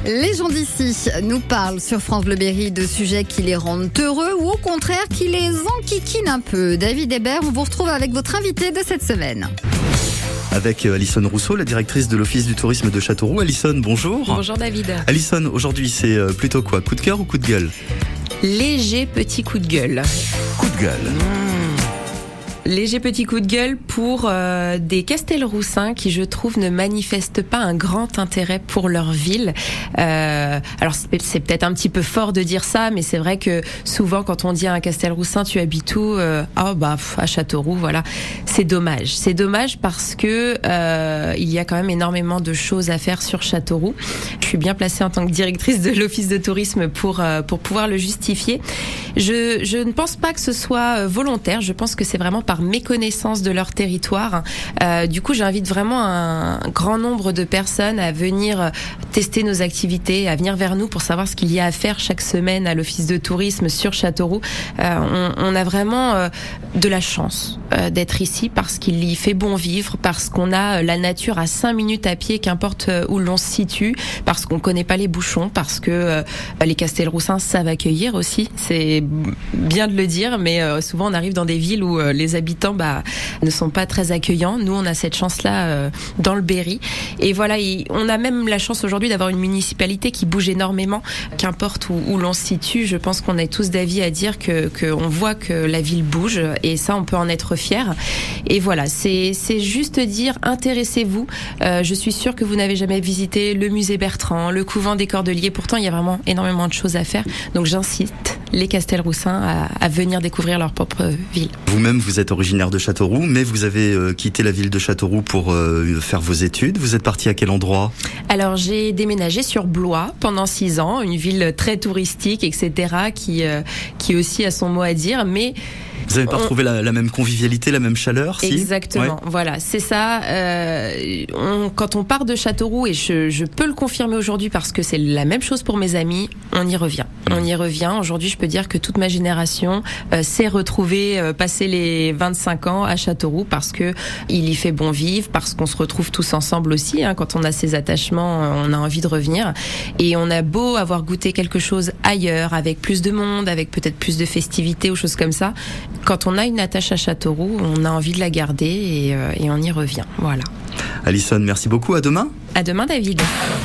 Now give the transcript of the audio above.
Les gens d'ici nous parlent sur France Bleu Berry de sujets qui les rendent heureux ou au contraire qui les enquiquinent un peu. David Hébert, on vous retrouve avec votre invité de cette semaine. Avec Alison Rousseau, la directrice de l'Office du tourisme de Châteauroux. Alison, bonjour. Bonjour David. Alison, aujourd'hui c'est plutôt quoi? Coup de cœur ou coup de gueule? Léger petit coup de gueule. Coup de gueule. Léger petit coup de gueule pour des Castelroussins qui, je trouve, ne manifestent pas un grand intérêt pour leur ville. Alors c'est peut-être un petit peu fort de dire ça, mais c'est vrai que souvent quand on dit à un Castelroussin tu habites où? À Châteauroux, voilà. C'est dommage. C'est dommage parce que il y a quand même énormément de choses à faire sur Châteauroux. Je suis bien placée en tant que directrice de l'Office de tourisme pour pouvoir le justifier. Je ne pense pas que ce soit volontaire. Je pense que c'est vraiment par méconnaissance de leur territoire. Du coup, j'invite vraiment un grand nombre de personnes à venir tester nos activités, à venir vers nous pour savoir ce qu'il y a à faire chaque semaine à l'Office de tourisme sur Châteauroux. On a vraiment de la chance d'être ici parce qu'il y fait bon vivre, parce qu'on a la nature à 5 minutes à pied, qu'importe où l'on se situe, parce qu'on connaît pas les bouchons, parce que les Castelroussins savent accueillir aussi. C'est bien de le dire, mais souvent on arrive dans des villes où les habitants ne sont pas très accueillants. Nous, on a cette chance-là dans le Berry. Et voilà, on a même la chance aujourd'hui d'avoir une municipalité qui bouge énormément. Qu'importe où l'on se situe, je pense qu'on est tous d'avis à dire qu'on voit que la ville bouge et ça, on peut en être fier. Et voilà, c'est juste dire, intéressez-vous. Je suis sûre que vous n'avez jamais visité le musée Bertrand, le couvent des Cordeliers. Pourtant, il y a vraiment énormément de choses à faire. Donc, j'incite les Castelroussins à venir découvrir leur propre ville. Vous-même, vous êtes originaire de Châteauroux, mais vous avez quitté la ville de Châteauroux pour faire vos études. Vous êtes parti à quel endroit? Alors, j'ai déménagé sur Blois pendant 6 ans, une ville très touristique, etc., qui aussi a son mot à dire, mais vous n'avez pas retrouvé la même convivialité, la même chaleur? Exactement, ouais. Voilà, c'est ça. Quand on part de Châteauroux, et je peux le confirmer aujourd'hui parce que c'est la même chose pour mes amis, on y revient. On y revient. Aujourd'hui, je peux dire que toute ma génération s'est retrouvée passer les 25 ans à Châteauroux parce que il y fait bon vivre, parce qu'on se retrouve tous ensemble aussi. Quand on a ces attachements, on a envie de revenir. Et on a beau avoir goûté quelque chose ailleurs, avec plus de monde, avec peut-être plus de festivités ou choses comme ça. Quand on a une attache à Châteauroux, on a envie de la garder et on y revient. Voilà. Alison, merci beaucoup. À demain. À demain, David.